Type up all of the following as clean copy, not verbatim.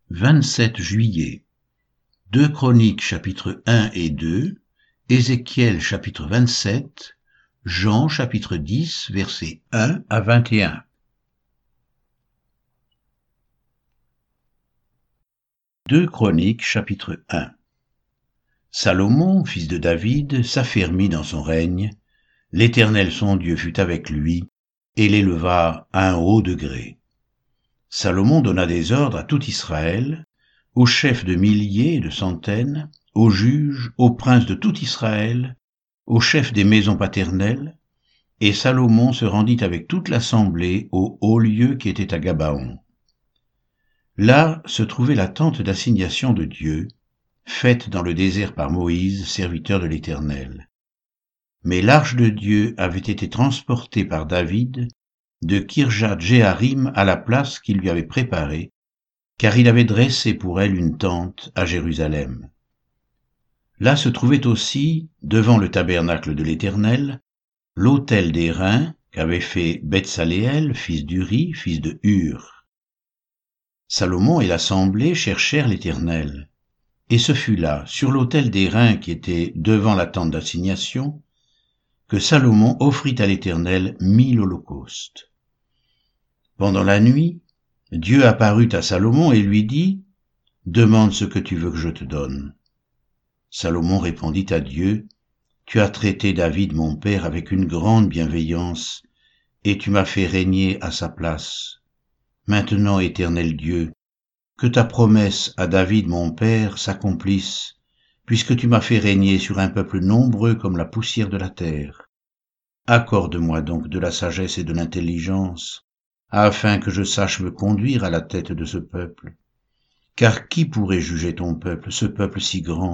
27 juillet. 2 Chroniques chapitres 1 et 2, Ézéchiel chapitre 27, Jean chapitre 10 versets 1 à 21. 2 Chroniques chapitre 1. Salomon, fils de David, s'affermit dans son règne. L'Éternel son Dieu fut avec lui et l'éleva à un haut degré. Salomon donna des ordres à tout Israël, aux chefs de milliers et de centaines, aux juges, aux princes de tout Israël, aux chefs des maisons paternelles, et Salomon se rendit avec toute l'assemblée au haut lieu qui était à Gabaon. Là se trouvait la tente d'assignation de Dieu, faite dans le désert par Moïse, serviteur de l'Éternel. Mais l'arche de Dieu avait été transportée par David de Kirjath-Jéarim à la place qu'il lui avait préparée, car il avait dressé pour elle une tente à Jérusalem. Là se trouvait aussi, devant le tabernacle de l'Éternel, l'autel d'airain qu'avait fait Bethsaléel, fils d'Uri, fils de Hur. Salomon et l'assemblée cherchèrent l'Éternel, et ce fut là, sur l'autel d'airain qui était devant la tente d'assignation, que Salomon offrit à l'Éternel 1000 holocaustes. Pendant la nuit, Dieu apparut à Salomon et lui dit, « Demande ce que tu veux que je te donne. » Salomon répondit à Dieu, « Tu as traité David mon père avec une grande bienveillance, et tu m'as fait régner à sa place. Maintenant, Éternel Dieu, que ta promesse à David mon père s'accomplisse, puisque tu m'as fait régner sur un peuple nombreux comme la poussière de la terre. Accorde-moi donc de la sagesse et de l'intelligence, afin que je sache me conduire à la tête de ce peuple. Car qui pourrait juger ton peuple, ce peuple si grand? »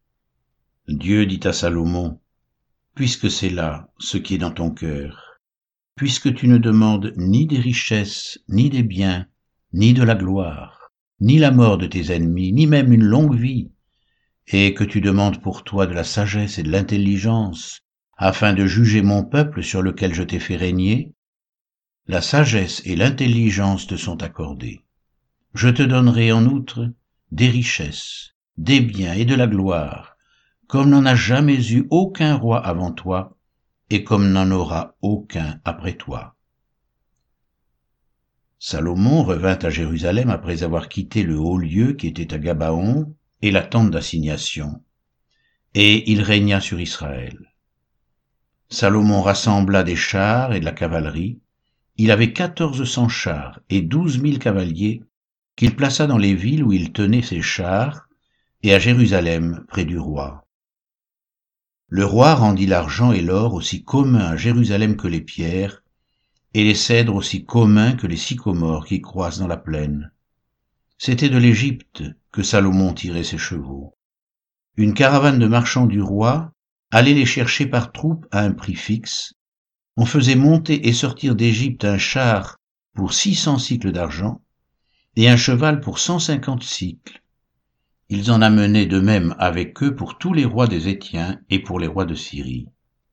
Dieu dit à Salomon, « Puisque c'est là ce qui est dans ton cœur, puisque tu ne demandes ni des richesses, ni des biens, ni de la gloire, ni la mort de tes ennemis, ni même une longue vie, et que tu demandes pour toi de la sagesse et de l'intelligence, afin de juger mon peuple sur lequel je t'ai fait régner, la sagesse et l'intelligence te sont accordées. Je te donnerai en outre des richesses, des biens et de la gloire, comme n'en a jamais eu aucun roi avant toi, et comme n'en aura aucun après toi. » Salomon revint à Jérusalem après avoir quitté le haut lieu qui était à Gabaon et la tente d'assignation, et il régna sur Israël. Salomon rassembla des chars et de la cavalerie. Il avait 1400 chars et 12 000 cavaliers qu'il plaça dans les villes où il tenait ses chars et à Jérusalem près du roi. Le roi rendit l'argent et l'or aussi communs à Jérusalem que les pierres, et les cèdres aussi communs que les sycomores qui croissent dans la plaine. C'était de l'Égypte que Salomon tirait ses chevaux. Une caravane de marchands du roi allait les chercher par troupes à un prix fixe. On faisait monter et sortir d'Égypte un char pour 600 cycles d'argent et un cheval pour 150 cycles. Ils en amenaient de même avec eux pour tous les rois des Hétiens et pour les rois de Syrie.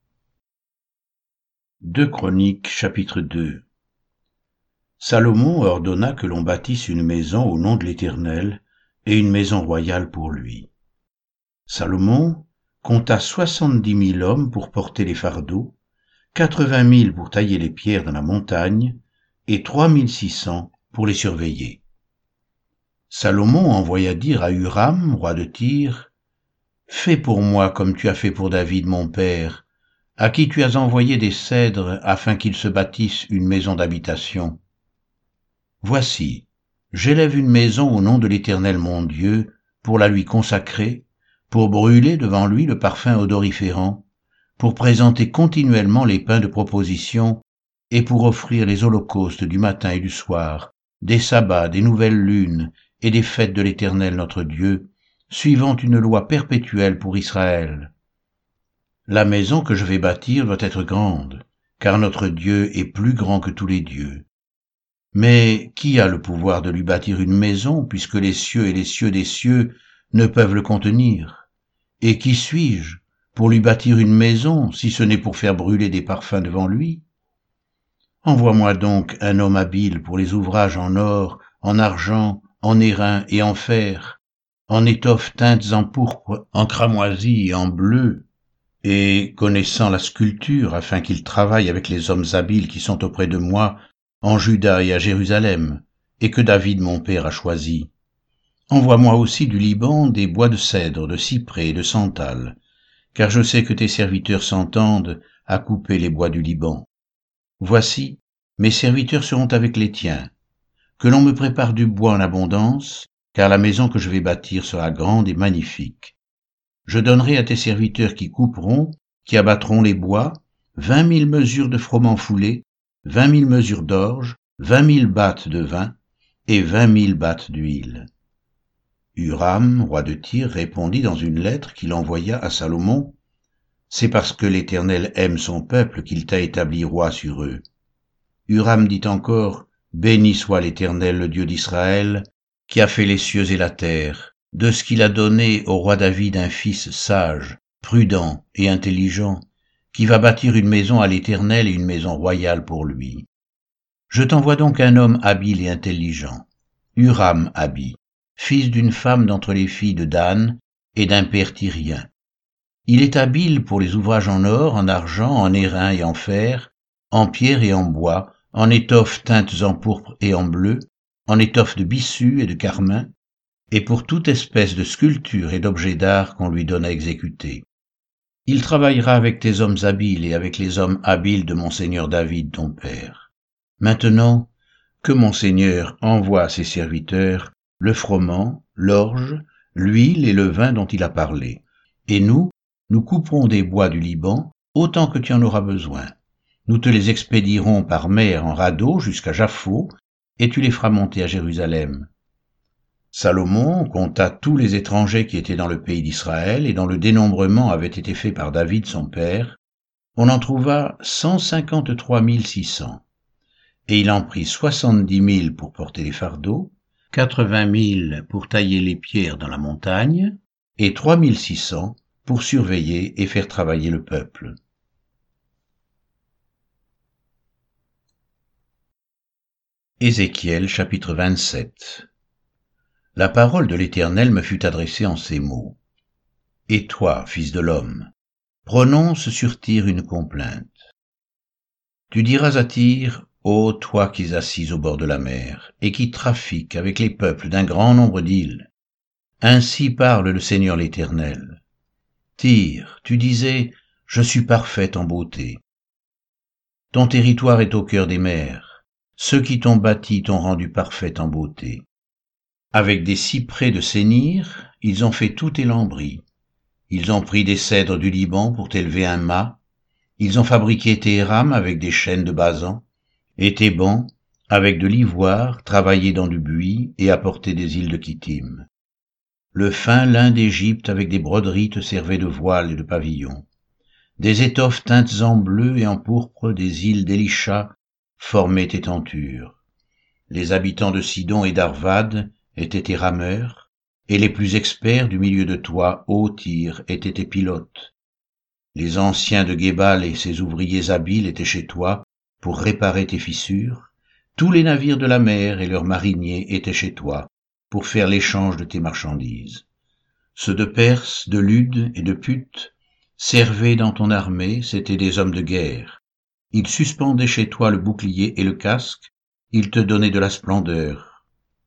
2 Chroniques chapitre 2. Salomon ordonna que l'on bâtisse une maison au nom de l'Éternel et une maison royale pour lui. Salomon compta 70 000 hommes pour porter les fardeaux, 80 000 pour tailler les pierres dans la montagne, et 3 600 pour les surveiller. Salomon envoya dire à Huram, roi de Tyr, « Fais pour moi comme tu as fait pour David mon père, à qui tu as envoyé des cèdres afin qu'il se bâtisse une maison d'habitation. Voici, j'élève une maison au nom de l'Éternel mon Dieu, pour la lui consacrer, pour brûler devant lui le parfum odoriférant, pour présenter continuellement les pains de proposition et pour offrir les holocaustes du matin et du soir, des sabbats, des nouvelles lunes et des fêtes de l'Éternel notre Dieu, suivant une loi perpétuelle pour Israël. La maison que je vais bâtir doit être grande, car notre Dieu est plus grand que tous les dieux. Mais qui a le pouvoir de lui bâtir une maison, puisque les cieux et les cieux des cieux ne peuvent le contenir? Et qui suis-je pour lui bâtir une maison, si ce n'est pour faire brûler des parfums devant lui? Envoie-moi donc un homme habile pour les ouvrages en or, en argent, en airain et en fer, en étoffes teintes en pourpre, en cramoisi et en bleu, et connaissant la sculpture, afin qu'il travaille avec les hommes habiles qui sont auprès de moi, en Juda et à Jérusalem, et que David mon père a choisi. Envoie-moi aussi du Liban des bois de cèdre, de cyprès et de santal, car je sais que tes serviteurs s'entendent à couper les bois du Liban. Voici, mes serviteurs seront avec les tiens. Que l'on me prépare du bois en abondance, car la maison que je vais bâtir sera grande et magnifique. Je donnerai à tes serviteurs qui couperont, qui abattront les bois, 20 000 mesures de froment foulé, 20 000 mesures d'orge, 20 000 battes de vin et 20 000 battes d'huile. Huram, roi de Tyr, répondit dans une lettre qu'il envoya à Salomon, « C'est parce que l'Éternel aime son peuple qu'il t'a établi roi sur eux. » Huram dit encore, « Béni soit l'Éternel, le Dieu d'Israël, qui a fait les cieux et la terre, de ce qu'il a donné au roi David un fils sage, prudent et intelligent, qui va bâtir une maison à l'Éternel et une maison royale pour lui. Je t'envoie donc un homme habile et intelligent, Huram-Abi, fils d'une femme d'entre les filles de Dan et d'un père tyrien. Il est habile pour les ouvrages en or, en argent, en airain et en fer, en pierre et en bois, en étoffes teintes en pourpre et en bleu, en étoffes de byssus et de carmin, et pour toute espèce de sculpture et d'objets d'art qu'on lui donne à exécuter. Il travaillera avec tes hommes habiles et avec les hommes habiles de mon seigneur David, ton père. Maintenant, que mon seigneur envoie à ses serviteurs le froment, l'orge, l'huile et le vin dont il a parlé. Et nous couperons des bois du Liban autant que tu en auras besoin. Nous te les expédierons par mer en radeau jusqu'à Jaffo, et tu les feras monter à Jérusalem. Salomon compta tous les étrangers qui étaient dans le pays d'Israël et dont le dénombrement avait été fait par David son père. On en trouva 153 600. Et il en prit 70 000 pour porter les fardeaux, 80 000 pour tailler les pierres dans la montagne, et 3 600 pour surveiller et faire travailler le peuple. Ézéchiel chapitre 27. La parole de l'Éternel me fut adressée en ces mots. Et toi, fils de l'homme, prononce sur Tyr une complainte. Tu diras à Tyr, ô toi qui es assis au bord de la mer, et qui trafiques avec les peuples d'un grand nombre d'îles. Ainsi parle le Seigneur l'Éternel. Tyr, tu disais, je suis parfaite en beauté. Ton territoire est au cœur des mers. Ceux qui t'ont bâti t'ont rendu parfaite en beauté. Avec des cyprès de Sénir, ils ont fait tout tes lambris. Ils ont pris des cèdres du Liban pour t'élever un mât. Ils ont fabriqué tes rames avec des chênes de Basan, et tes bancs avec de l'ivoire travaillé dans du buis et apporté des îles de Kittim. Le fin lin d'Égypte avec des broderies te servait de voile et de pavillon. Des étoffes teintes en bleu et en pourpre des îles d'Élisha formaient tes tentures. Les habitants de Sidon et d'Arvad étaient tes rameurs, et les plus experts du milieu de toi, ô Tyr, étaient tes pilotes. Les anciens de Guébal et ses ouvriers habiles étaient chez toi pour réparer tes fissures. Tous les navires de la mer et leurs mariniers étaient chez toi pour faire l'échange de tes marchandises. Ceux de Perse, de Lude et de Put servaient dans ton armée, c'étaient des hommes de guerre. Ils suspendaient chez toi le bouclier et le casque, ils te donnaient de la splendeur.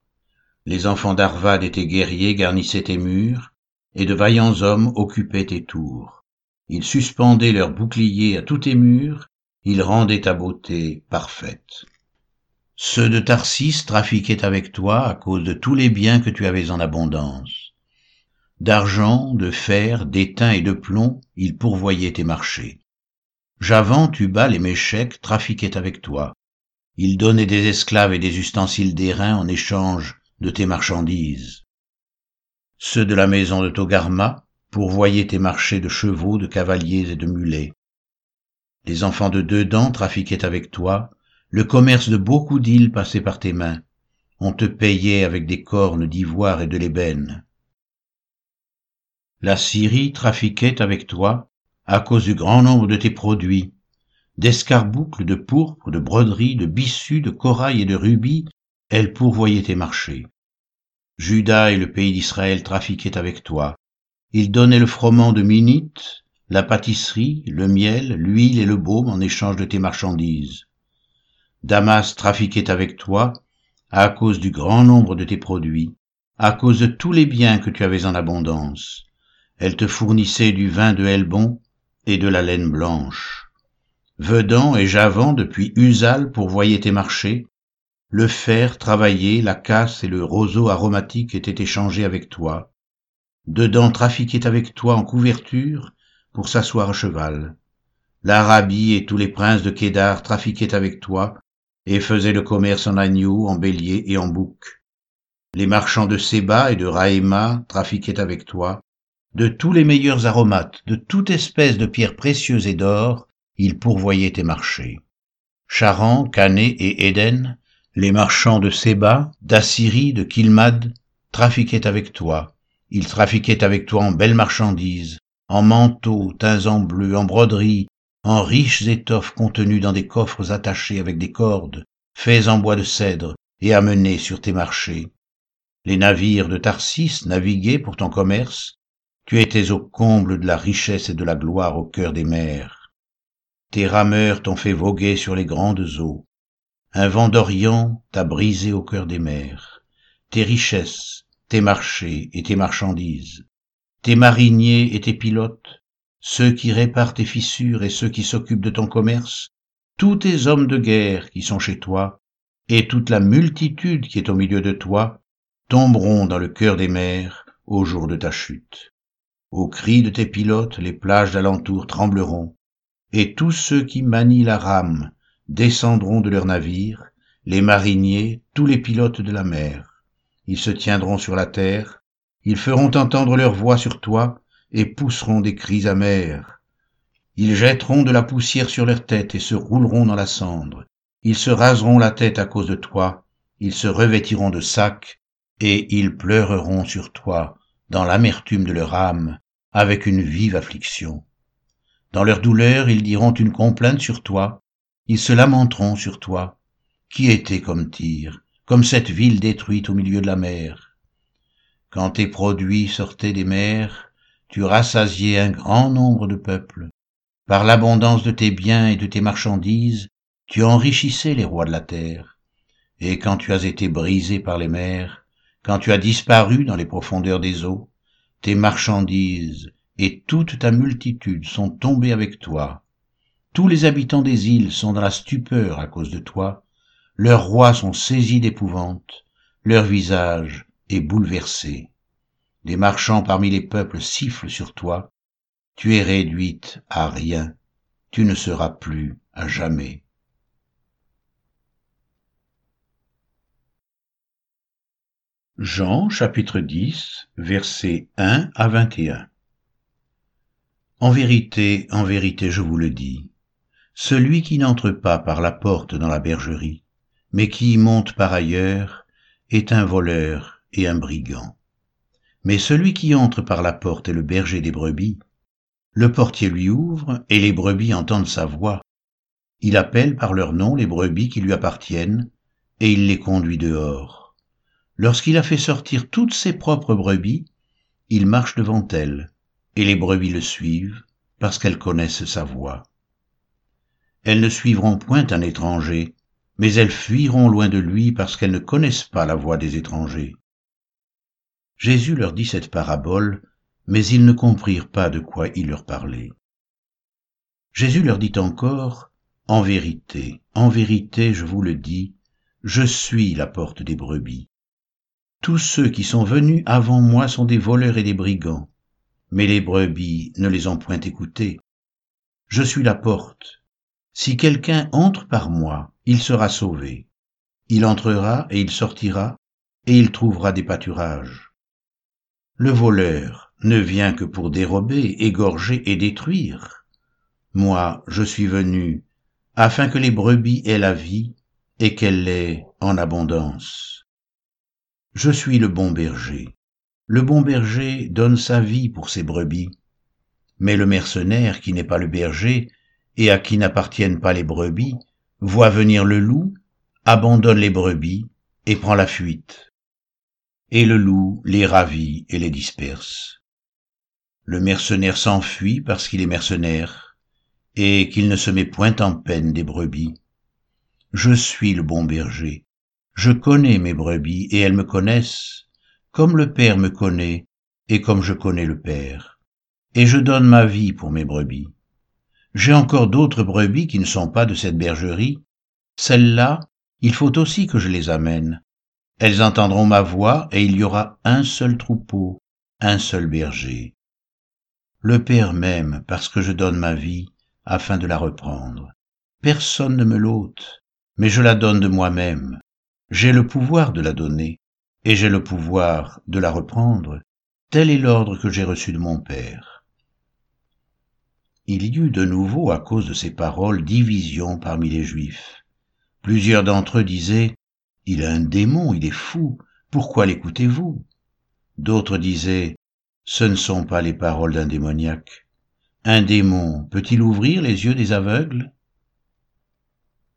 Les enfants d'Arvad étaient guerriers, garnissaient tes murs, et de vaillants hommes occupaient tes tours. Ils suspendaient leurs boucliers à tous tes murs, ils rendaient ta beauté parfaite. Ceux de Tarsis trafiquaient avec toi à cause de tous les biens que tu avais en abondance. D'argent, de fer, d'étain et de plomb, ils pourvoyaient tes marchés. Javan, Tubal et Méchec trafiquaient avec toi. Ils donnaient des esclaves et des ustensiles d'airain en échange de tes marchandises. Ceux de la maison de Togarma pourvoyaient tes marchés de chevaux, de cavaliers et de mulets. Les enfants de Dedan trafiquaient avec toi, le commerce de beaucoup d'îles passait par tes mains. On te payait avec des cornes d'ivoire et de l'ébène. La Syrie trafiquait avec toi à cause du grand nombre de tes produits, d'escarboucles, de pourpre, de broderies, de byssus, de corail et de rubis, elle pourvoyait tes marchés. Juda et le pays d'Israël trafiquaient avec toi. Ils donnaient le froment de Minite, la pâtisserie, le miel, l'huile et le baume en échange de tes marchandises. Damas trafiquait avec toi à cause du grand nombre de tes produits, à cause de tous les biens que tu avais en abondance. Elle te fournissait du vin de Helbon et de la laine blanche. Vedan et Javan depuis Uzal pourvoyaient tes marchés. Le fer travaillé, la casse et le roseau aromatique étaient échangés avec toi. Dedan trafiquait avec toi en couverture pour s'asseoir à cheval. L'Arabie et tous les princes de Kédar trafiquaient avec toi et faisaient le commerce en agneaux, en béliers et en boucs. Les marchands de Séba et de Raïma trafiquaient avec toi. De tous les meilleurs aromates, de toute espèce de pierres précieuses et d'or, ils pourvoyaient tes marchés. Charan, Cané et Éden, les marchands de Séba, d'Assyrie, de Kilmad, trafiquaient avec toi. Ils trafiquaient avec toi en belles marchandises, en manteaux teints en bleu, en broderies, en riches étoffes contenues dans des coffres attachés avec des cordes, faits en bois de cèdre et amenés sur tes marchés. Les navires de Tarsis naviguaient pour ton commerce. Tu étais au comble de la richesse et de la gloire au cœur des mers. Tes rameurs t'ont fait voguer sur les grandes eaux. Un vent d'Orient t'a brisé au cœur des mers. Tes richesses, tes marchés et tes marchandises, tes mariniers et tes pilotes, ceux qui réparent tes fissures et ceux qui s'occupent de ton commerce, tous tes hommes de guerre qui sont chez toi, et toute la multitude qui est au milieu de toi, tomberont dans le cœur des mers au jour de ta chute. Au cri de tes pilotes, les plages d'alentour trembleront, et tous ceux qui manient la rame descendront de leurs navires, les mariniers, tous les pilotes de la mer. Ils se tiendront sur la terre, ils feront entendre leur voix sur toi, et pousseront des cris amers. Ils jetteront de la poussière sur leurs têtes et se rouleront dans la cendre. Ils se raseront la tête à cause de toi, ils se revêtiront de sacs, et ils pleureront sur toi dans l'amertume de leur âme, avec une vive affliction. Dans leur douleur, ils diront une complainte sur toi, ils se lamenteront sur toi. Qui était comme Tyr, comme cette ville détruite au milieu de la mer? Quand tes produits sortaient des mers, tu rassasiais un grand nombre de peuples. Par l'abondance de tes biens et de tes marchandises, tu enrichissais les rois de la terre. Et quand tu as été brisé par les mers, quand tu as disparu dans les profondeurs des eaux, tes marchandises et toute ta multitude sont tombées avec toi. Tous les habitants des îles sont dans la stupeur à cause de toi. Leurs rois sont saisis d'épouvante, leur visage est bouleversé. Les marchands parmi les peuples sifflent sur toi. Tu es réduite à rien, tu ne seras plus à jamais. Jean chapitre 10, versets 1 à 21. En vérité, je vous le dis, celui qui n'entre pas par la porte dans la bergerie, mais qui y monte par ailleurs, est un voleur et un brigand. Mais celui qui entre par la porte est le berger des brebis. Le portier lui ouvre, et les brebis entendent sa voix. Il appelle par leur nom les brebis qui lui appartiennent, et il les conduit dehors. Lorsqu'il a fait sortir toutes ses propres brebis, il marche devant elles, et les brebis le suivent, parce qu'elles connaissent sa voix. Elles ne suivront point un étranger, mais elles fuiront loin de lui parce qu'elles ne connaissent pas la voix des étrangers. Jésus leur dit cette parabole, mais ils ne comprirent pas de quoi il leur parlait. Jésus leur dit encore, en vérité, je vous le dis, je suis la porte des brebis. Tous ceux qui sont venus avant moi sont des voleurs et des brigands, mais les brebis ne les ont point écoutés. Je suis la porte. Si quelqu'un entre par moi, il sera sauvé. Il entrera et il sortira, et il trouvera des pâturages. Le voleur ne vient que pour dérober, égorger et détruire. Moi, je suis venu afin que les brebis aient la vie et qu'elle l'ait en abondance. Je suis le bon berger. Le bon berger donne sa vie pour ses brebis. Mais le mercenaire qui n'est pas le berger et à qui n'appartiennent pas les brebis, voit venir le loup, abandonne les brebis et prend la fuite. et le loup les ravit et les disperse. Le mercenaire s'enfuit parce qu'il est mercenaire, et qu'il ne se met point en peine des brebis. Je suis le bon berger, je connais mes brebis, et elles me connaissent, comme le Père me connaît, et comme je connais le Père, et je donne ma vie pour mes brebis. J'ai encore d'autres brebis qui ne sont pas de cette bergerie. Celles-là, il faut aussi que je les amène. Elles entendront ma voix, et il y aura un seul troupeau, un seul berger. Le Père m'aime parce que je donne ma vie afin de la reprendre. Personne ne me l'ôte, mais je la donne de moi-même. J'ai le pouvoir de la donner, et j'ai le pouvoir de la reprendre. Tel est l'ordre que j'ai reçu de mon Père. Il y eut de nouveau, à cause de ces paroles, division parmi les Juifs. Plusieurs d'entre eux disaient, « Il a un démon, il est fou, pourquoi l'écoutez-vous » D'autres disaient, « Ce ne sont pas les paroles d'un démoniaque. Un démon peut-il ouvrir les yeux des aveugles »